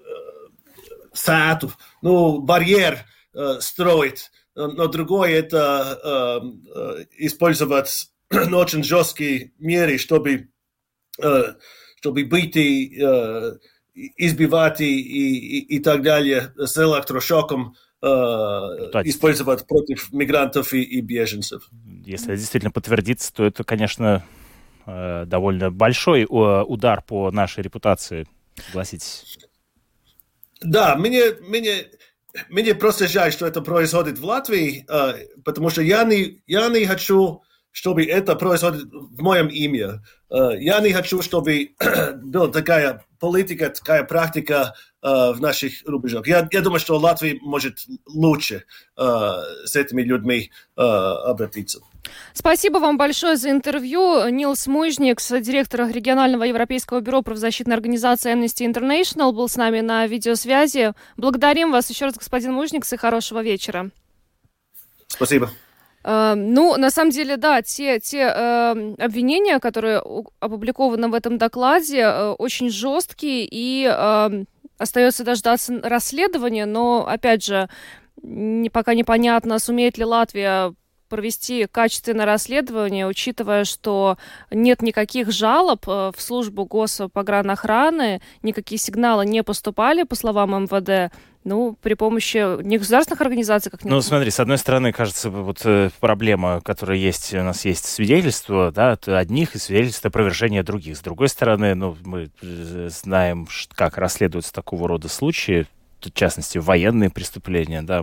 сату, ну, барьер э, строить, но другое это э, э, использовать очень жесткие меры, чтобы, э, чтобы быть и э, избивать и, и, и так далее с электрошоком, э, использовать против мигрантов и, и беженцев. Если это действительно подтвердится, то это, конечно, э, довольно большой э, удар по нашей репутации, согласитесь. Да, мне, мне, мне просто жаль, что это происходит в Латвии, потому что я не, я не хочу, чтобы это происходит в моем имя. Я не хочу, чтобы была такая политика, такая практика в наших рубежах. Я, я думаю, что Латвия может лучше с этими людьми обратиться. Спасибо вам большое за интервью. Нилс Мужникс, директор регионального европейского бюро правозащитной организации Amnesty International, был с нами на видеосвязи. Благодарим вас еще раз, господин Мужникс, и хорошего вечера. Спасибо. Uh, ну, на самом деле, да, те, те uh, обвинения, которые опубликованы в этом докладе, uh, очень жесткие, и uh, остается дождаться расследования, но, опять же, не, пока непонятно, сумеет ли Латвия провести качественное расследование, учитывая, что нет никаких жалоб в службу Госпогранохраны, никакие сигналы не поступали, по словам эм вэ дэ, ну, при помощи негосударственных организаций как-нибудь. Ну, смотри, с одной стороны, кажется, вот проблема, которая есть, у нас есть свидетельство, да, от одних и свидетельство опровержения других. С другой стороны, ну, мы знаем, как расследуются такого рода случаи. в частности, военные преступления, да,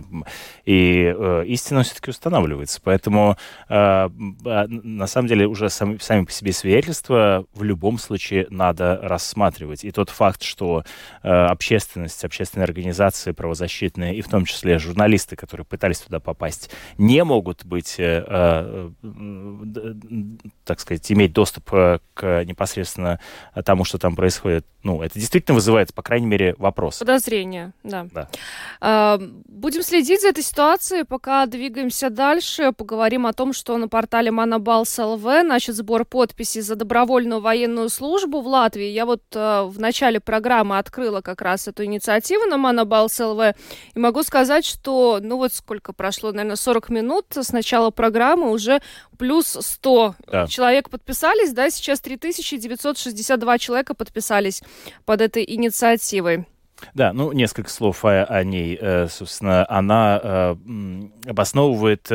и э, истина все-таки устанавливается. Поэтому, э, на самом деле, уже сами, сами по себе свидетельства в любом случае надо рассматривать. И тот факт, что э, общественность, общественные организации правозащитные, и в том числе журналисты, которые пытались туда попасть, не могут быть, э, э, э, так сказать, иметь доступ к непосредственно тому, что там происходит, ну, это действительно вызывает, по крайней мере, вопрос. Подозрение, да. Да. А, будем следить за этой ситуацией, пока двигаемся дальше. Поговорим о том, что на портале Манабалс точка эл ви начат сбор подписей за добровольную военную службу в Латвии. Я вот а, в начале программы открыла как раз эту инициативу на Манабалс точка эл ви и могу сказать, что, ну вот сколько прошло, наверное, сорок минут с начала программы, уже плюс сто да. человек подписались, да, сейчас три тысячи девятьсот шестьдесят два человека подписались под этой инициативой. Да, ну, несколько слов о, о ней. Собственно, она обосновывает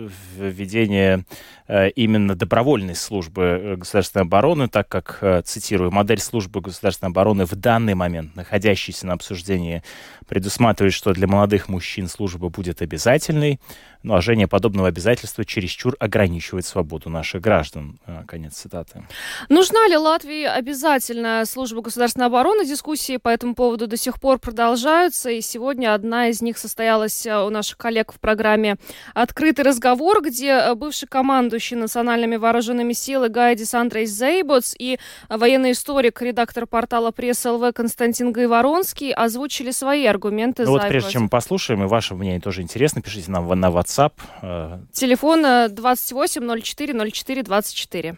введение именно добровольной службы государственной обороны, так как, цитирую, модель службы государственной обороны в данный момент, находящаяся на обсуждении, предусматривает, что для молодых мужчин служба будет обязательной, ну, а жение подобного обязательства чересчур ограничивает свободу наших граждан. Конец цитаты. Нужна ли Латвии обязательная служба государственной обороны? Дискуссии по этому поводу до сих пор продолжаются, и сегодня одна из них состоялась у наших коллег в программе «Открытый разговор», где бывший командующий национальными вооруженными силами Гайдис Андрейс Зейботс и военный историк, редактор портала Пресс точка эл ви Константин Гайворонский озвучили свои аргументы. Ну вот прежде чем мы послушаем, и ваше мнение тоже интересно, пишите нам на WhatsApp. Телефон двадцать восемь ноль четыре ноль четыре двадцать четыре.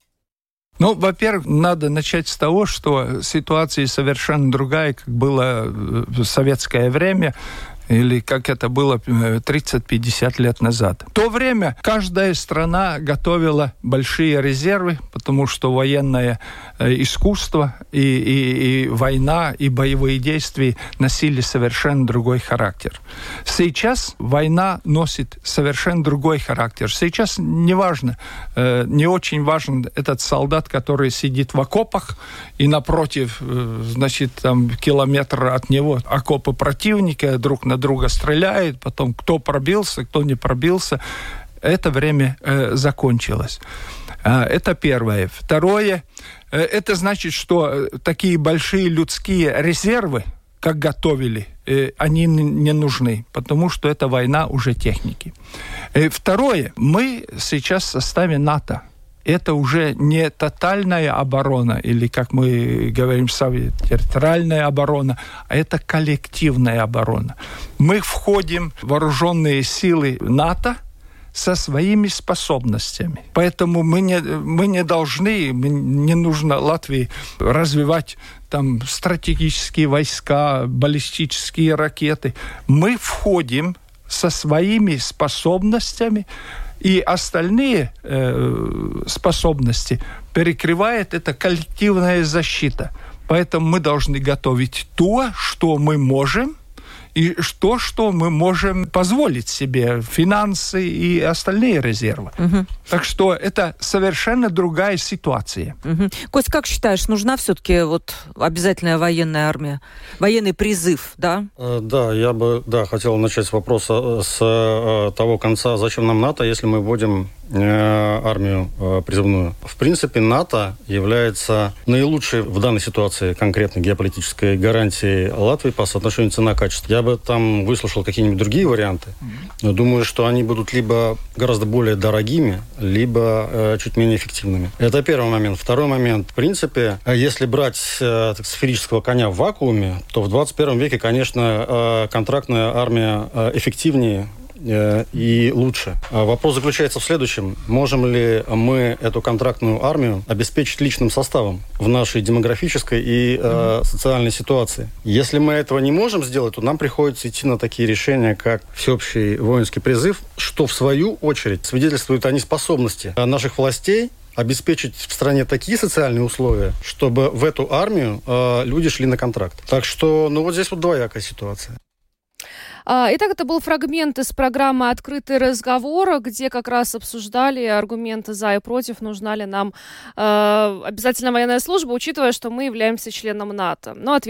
Ну, во-первых, надо начать с того, что ситуация совершенно другая, как было в советское время, или как это было тридцать-пятьдесят лет назад. В то время каждая страна готовила большие резервы, потому что военное искусство и, и, и война, и боевые действия носили совершенно другой характер. Сейчас война носит совершенно другой характер. Сейчас не важно, не очень важен этот солдат, который сидит в окопах, и напротив, значит, там километр от него окопы противника друг на друга стреляют, потом кто пробился, кто не пробился. Это время э, закончилось. Э, это первое. Второе, э, это значит, что такие большие людские резервы, как готовили, э, они не нужны, потому что это война уже техники. Э, второе, мы сейчас в составе НАТО. Это уже не тотальная оборона, или, как мы говорим в Совете, территориальная оборона, а это коллективная оборона. Мы входим в вооруженные силы НАТО со своими способностями. Поэтому мы не, мы не должны, мы, не нужно Латвии развивать там стратегические войска, баллистические ракеты. Мы входим со своими способностями, и остальные э, способности перекрывает эта коллективная защита. Поэтому мы должны готовить то, что мы можем, и то, что мы можем позволить себе, финансы и остальные резервы. Угу. Так что это совершенно другая ситуация. Угу. Кость, как считаешь, нужна все-таки вот обязательная военная армия, военный призыв, да? Да, я бы да, хотел начать с вопроса с того конца, зачем нам НАТО, если мы вводим армию призывную. В принципе, НАТО является наилучшей в данной ситуации конкретной геополитической гарантией Латвии по соотношению цена-качество. Я бы там выслушал какие-нибудь другие варианты, но думаю, что они будут либо гораздо более дорогими, либо э, чуть менее эффективными. Это первый момент. Второй момент. В принципе, если брать э, так, сферического коня в вакууме, то в двадцать первом веке, конечно, э, контрактная армия э, эффективнее и лучше. Вопрос заключается в следующем. Можем ли мы эту контрактную армию обеспечить личным составом в нашей демографической и э, социальной ситуации? Если мы этого не можем сделать, то нам приходится идти на такие решения, как всеобщий воинский призыв, что в свою очередь свидетельствует о неспособности наших властей обеспечить в стране такие социальные условия, чтобы в эту армию э, люди шли на контракт. Так что, ну вот здесь вот двоякая ситуация. Итак, это был фрагмент из программы «Открытый разговор», где как раз обсуждали аргументы за и против, нужна ли нам э, обязательно военная служба, учитывая, что мы являемся членом НАТО. Но ответ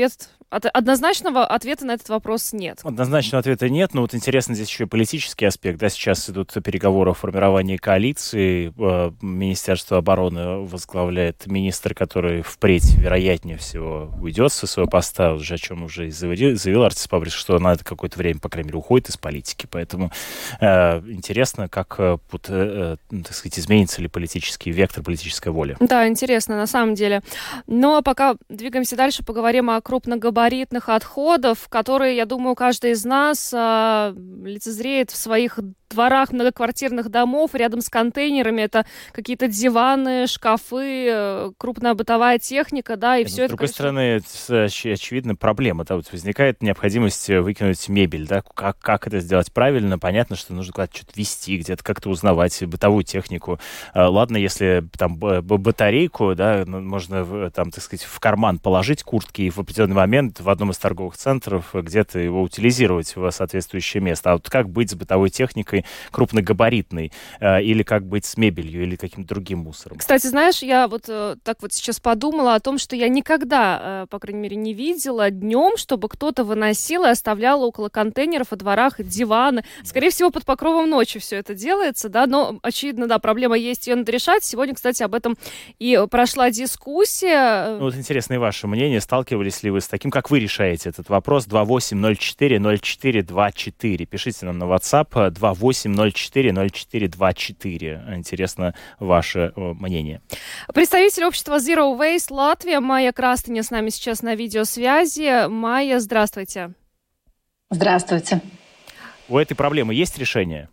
однозначного ответа на этот вопрос нет. Однозначного ответа нет, но вот интересно здесь еще и политический аспект. Да, сейчас идут переговоры о формировании коалиции. Министерство обороны возглавляет министр, который впредь, вероятнее всего, уйдет со своего поста, уже о чем уже и заявил, заявил Артис Пабрис, что на это какое-то время, по крайней мере, уходит из политики. Поэтому э, интересно, как, э, э, так сказать, изменится ли политический вектор, политическая воля. Да, интересно, на самом деле. Но пока двигаемся дальше, поговорим о крупногабаритных отходах, которые, я думаю, каждый из нас э, лицезреет в своих дворах многоквартирных домов, рядом с контейнерами. Это какие-то диваны, шкафы, крупная бытовая техника, да, и Нет, все ну, это... С другой конечно... стороны, оч- очевидно, проблема. Да, вот возникает необходимость выкинуть мебель, да, как, как это сделать правильно, понятно, что нужно куда-то что-то везти, где-то как-то узнавать бытовую технику. Ладно, если там батарейку, да, можно там, так сказать, в карман положить куртки и в определенный момент в одном из торговых центров где-то его утилизировать в соответствующее место. А вот как быть с бытовой техникой крупногабаритной, э, или как быть с мебелью, или каким-то другим мусором. Кстати, знаешь, я вот э, так вот сейчас подумала о том, что я никогда, э, по крайней мере, не видела днем, чтобы кто-то выносил и оставлял около контейнеров во дворах диваны. Скорее всего, под покровом ночи все это делается, да, но, очевидно, да, проблема есть, ее надо решать. Сегодня, кстати, об этом и прошла дискуссия. Ну, вот интересно и ваше мнение. Сталкивались ли вы с таким? Как вы решаете этот вопрос? два восемь ноль четыре ноль четыре два четыре. Пишите нам на WhatsApp два восемь ноль четыре ноль четыре два четыре. Интересно ваше мнение. Представитель общества Zero Waste Латвия Майя Крастыня с нами сейчас на видеосвязи. Майя, здравствуйте. Здравствуйте. У этой проблемы есть решение?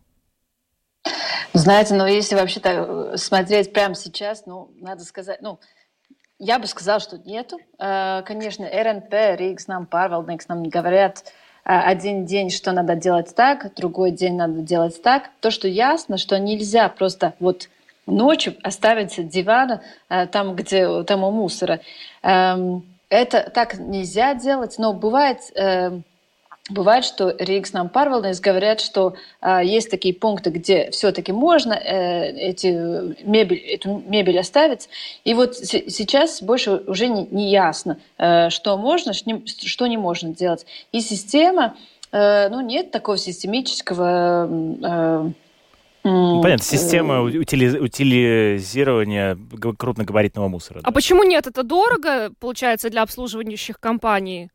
Знаете, ну если вообще-то смотреть прямо сейчас, ну, надо сказать, ну, я бы сказала, что нету. Конечно, эр эн пэ, Рīgas nama pārvaldnieks нам говорят, один день, что надо делать так, другой день надо делать так. То, что ясно, что нельзя просто вот ночью оставить диван там, где там у мусора. Это так нельзя делать, но бывает... Бывает, что Rīgas nama pārvaldnieks говорят, что э, есть такие пункты, где все-таки можно э, эти мебель, эту мебель оставить. И вот с- сейчас больше уже не, не ясно, э, что можно, что не можно делать. И система, э, ну нет такого систематического... Э, Ну, понятно, система утили- утилизирования крупногабаритного мусора. А да. почему нет? Это дорого, получается, для обслуживающих компаний?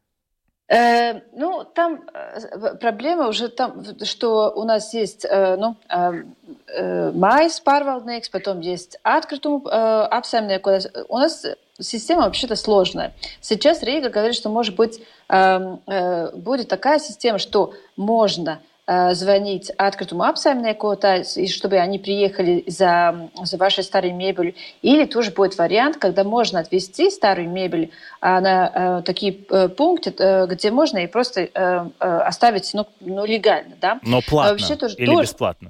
Э, ну, там э, проблема уже там, что у нас есть, э, ну, э, э, mājas pārvaldnieks, потом есть atkritumu э, apsaimniekotais. У нас система вообще-то сложная. Сейчас Рига говорит, что, может быть, э, э, будет такая система, что можно звонить atkritumu apsaimniekotais, и чтобы они приехали за, за вашей старой мебелью. Или тоже будет вариант, когда можно отвезти старую мебель на такие пункты, где можно и просто оставить, ну, ну легально, да. Но платно а вообще тоже, или тоже... бесплатно?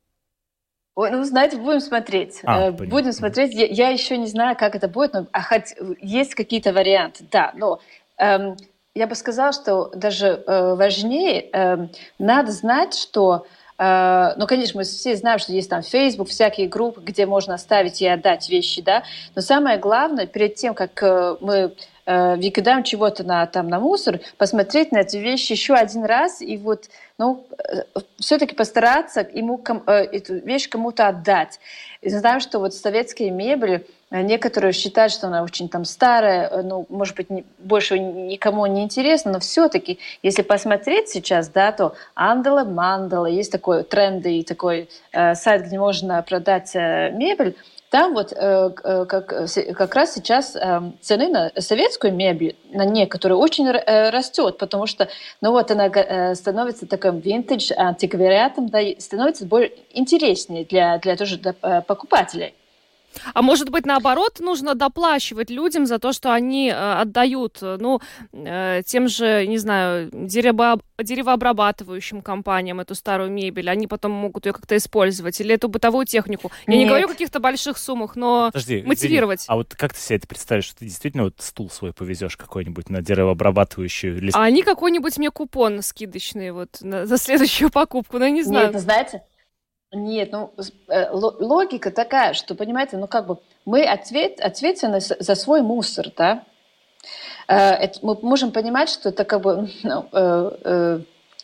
Ой, ну, знаете, будем смотреть. А, будем понятно. смотреть. Я, я еще не знаю, как это будет, но а хоть есть какие-то варианты, да. Но эм, я бы сказала, что даже э, важнее э, надо знать, что, э, ну, конечно, мы все знаем, что есть там Facebook, всякие группы, где можно оставить и отдать вещи, да, но самое главное, перед тем, как э, мы э, выкидаем чего-то на, там, на мусор, посмотреть на эти вещи еще один раз и вот, ну, э, все-таки постараться ему, ком, э, эту вещь кому-то отдать. И знаем, что вот советские мебели, некоторые считают, что она очень там старая, ну, может быть, не, больше никому не интересна, но все-таки, если посмотреть сейчас, да, то Андала, Мандала, есть такой тренды и такой э, сайт, где можно продать э, мебель. Там вот э, как, как раз сейчас э, цены на советскую мебель, на некоторую, очень э, растет, потому что, ну вот она э, становится таким винтидж, антиквариатом, да, и становится более интереснее для, для тоже для покупателей. А может быть, наоборот, нужно доплачивать людям за то, что они э, отдают, ну, э, тем же, не знаю, дерево, деревообрабатывающим компаниям эту старую мебель, они потом могут ее как-то использовать, или эту бытовую технику. Я Нет. не говорю о каких-то больших суммах, но Подожди, мотивировать. Извини, а вот как ты себе это представишь, что ты действительно вот стул свой повезешь какой-нибудь на деревообрабатывающую лист? А они какой-нибудь мне купон скидочный вот на, за следующую покупку, ну, я не знаю. Нет, ну, знаете, нет, ну, логика такая, что, понимаете, ну, как бы мы ответ, ответственны за свой мусор, да. это, мы можем понимать, что это как бы... Ну, э, э,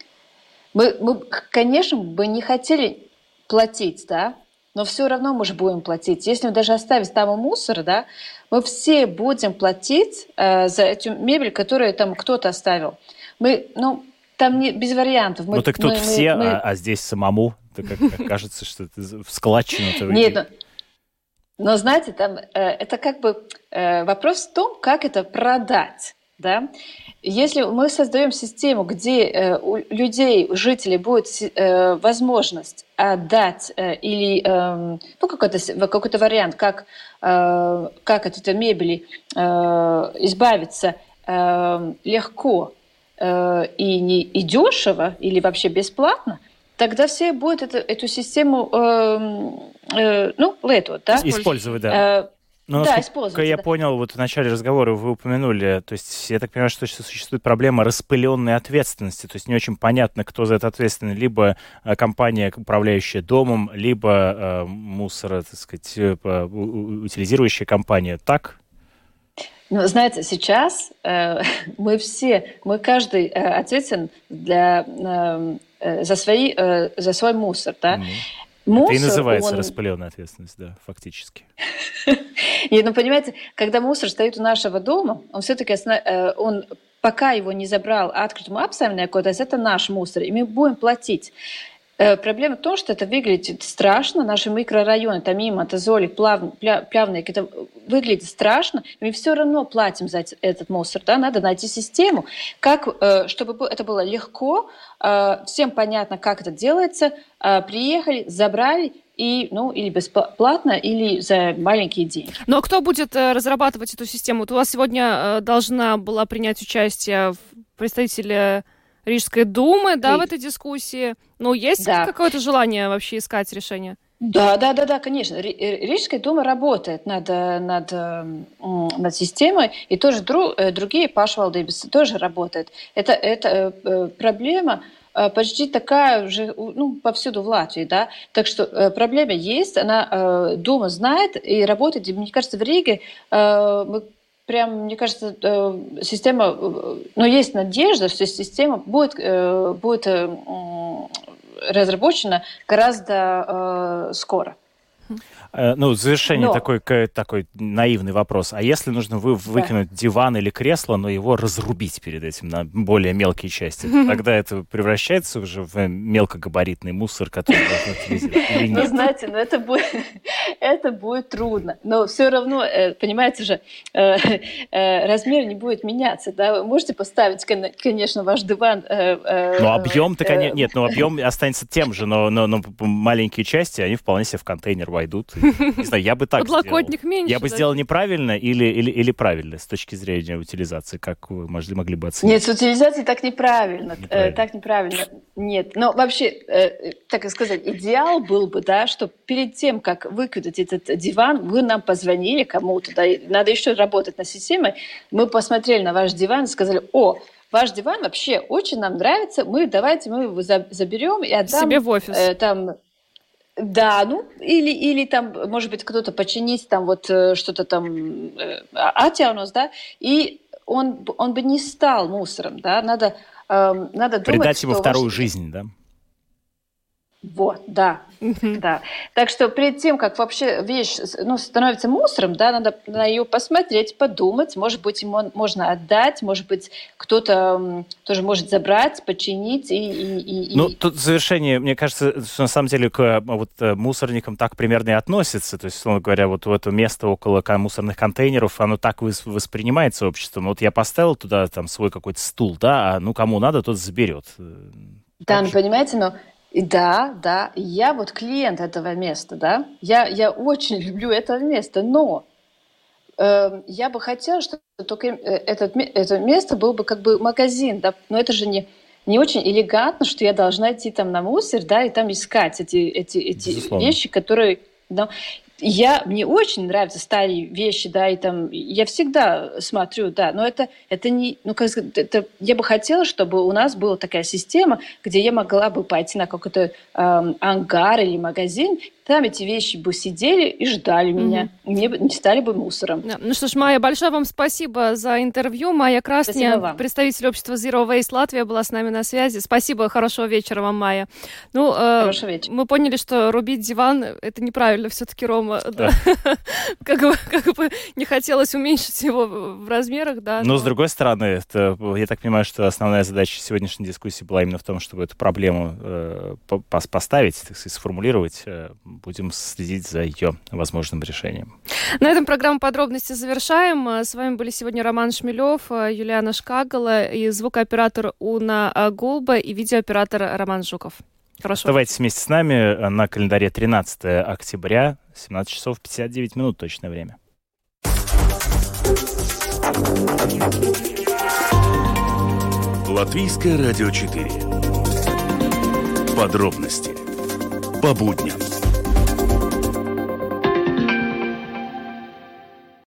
мы, мы, конечно, бы не хотели платить, да, но все равно мы же будем платить. Если мы даже оставить там мусор, да, мы все будем платить э, за эту мебель, которую там кто-то оставил. Мы, ну, там не, без вариантов. Мы, ну так тут мы, все, мы, а, а здесь самому. Как, как кажется, что это в складчину. Нет, но, но знаете, там э, это как бы э, вопрос в том, как это продать, да. Если мы создаем систему, где э, у людей, у жителей будет э, возможность отдать э, или э, ну, какой-то, какой-то вариант, как, э, как от этой мебели э, избавиться э, легко э, и, не, и дешево, или вообще бесплатно, тогда все будут это, эту систему э, э, ну, эту, да? использовать, да. Э, Но, да, насколько я да. понял, вот в начале разговора вы упомянули, то есть я так понимаю, что существует проблема распыленной ответственности, то есть не очень понятно, кто за это ответственный, либо компания, управляющая домом, либо э, мусора, так сказать, э, утилизирующая компания, так? Ну, знаете, сейчас э, мы все, мы каждый э, ответственен для, э, за, свои, э, за свой мусор, да? Mm-hmm. Мусор, это и называется он... распыленная ответственность, да, фактически. Нет, ну, понимаете, когда мусор стоит у нашего дома, он все-таки, он, пока его не забрал открытым апсамный кодекс, это наш мусор, и мы будем платить. Проблема в том, что это выглядит страшно, наши микрорайоны, там мимо, Тазолик, Плявный, это выглядит страшно, и мы все равно платим за этот мусор, да, надо найти систему, как, чтобы это было легко, всем понятно, как это делается, приехали, забрали, и, ну, или бесплатно, или за маленькие деньги. Ну, а кто будет разрабатывать эту систему? Вот у вас сегодня должна была принять участие представитель Рижской думы, да, в этой дискуссии. Ну, есть да. какое-то желание вообще искать решение? Да, да, да, да, конечно. Рижская дума работает над, над, над системой, и тоже друг, другие пашвалдības тоже работают. Это, это проблема почти такая уже, ну, повсюду в Латвии, да. Так что проблема есть, она дума знает и работает. И, мне кажется, в Риге мы прям, мне кажется, система, ну, есть надежда, что система будет, будет разработана гораздо скоро. Ну, в завершение Но... такой, такой наивный вопрос. А если нужно вы, выкинуть да. диван или кресло, но его разрубить перед этим на более мелкие части, тогда это превращается уже в мелкогабаритный мусор, который можно утилизировать? Ну, знаете, ну, это будет, это будет трудно. Но все равно, понимаете же, размер не будет меняться. Да? Вы можете поставить, конечно, ваш диван... Ну, объем-то, конечно... Нет, ну, объем останется тем же, но, но, но маленькие части, они вполне себе в контейнер войдут. Не знаю, я бы так Подлокотник сделал. меньше, я бы да? сделал неправильно или, или, или правильно с точки зрения утилизации, как вы могли, могли бы оценить? Нет, с утилизацией так неправильно. неправильно. Э, так неправильно. Нет. Но вообще, э, так сказать, идеал был бы, да, что перед тем, как выкинуть этот диван, вы нам позвонили кому-то, да, надо еще работать над системой, мы посмотрели на ваш диван и сказали: о, ваш диван вообще очень нам нравится, мы давайте мы его заберем и отдам себе в офис. Э, там. Да, ну, или, или там, может быть, кто-то починить там вот что-то там, атианус, да, и он, он бы не стал мусором, да, надо, э, надо думать, придать ему вторую ваш... жизнь, да? Вот, да, да. Так что перед тем, как вообще вещь, ну, становится мусором, да, надо на ее посмотреть, подумать, может быть, ему можно отдать, может быть, кто-то тоже может забрать, починить и... и, и ну, тут в завершение, мне кажется, что на самом деле к вот, мусорникам так примерно и относятся, то есть, условно говоря, вот в это место около мусорных контейнеров, оно так воспринимается обществом. Вот я поставил туда там свой какой-то стул, да, а ну, кому надо, тот заберет. Да, ну, понимаете, но... Да, да, я вот клиент этого места, да, я, я очень люблю это место, но э, я бы хотела, чтобы только это, это место было бы как бы магазин, да, но это же не, не очень элегантно, что я должна идти там на мусор, да, и там искать эти, эти, эти вещи, которые... Да, я, мне очень нравятся старые вещи, да, и там я всегда смотрю, да, но это, это не, ну, как сказать, это, я бы хотела, чтобы у нас была такая система, где я могла бы пойти на какой-то эм, ангар или магазин там эти вещи бы сидели и ждали mm-hmm. меня, и мне бы не стали бы мусором. Yeah. Ну что ж, Майя, большое вам спасибо за интервью. Майя Красня, представитель общества Zero Waste Латвия, была с нами на связи. Спасибо, хорошего вечера вам, Майя. Ну, хорошего вечера. Мы поняли, что рубить диван — это неправильно все-таки, Рома. Да. Как бы не хотелось уменьшить его в размерах, да. Но, с другой стороны, это, я так понимаю, что основная задача сегодняшней дискуссии была именно в том, чтобы эту проблему э, поставить, так сказать, сформулировать. Э, будем следить за ее возможным решением. На этом программу «Подробности» завершаем. С вами были сегодня Роман Шмелев, Юлиана Шкагала и звукооператор Уна Гулба и видеооператор Роман Жуков. Хорошо. Оставайтесь вместе с нами. На календаре тринадцатое октября, семнадцать часов пятьдесят девять минут, точное время. Латвийское радио четыре. Подробности по будням.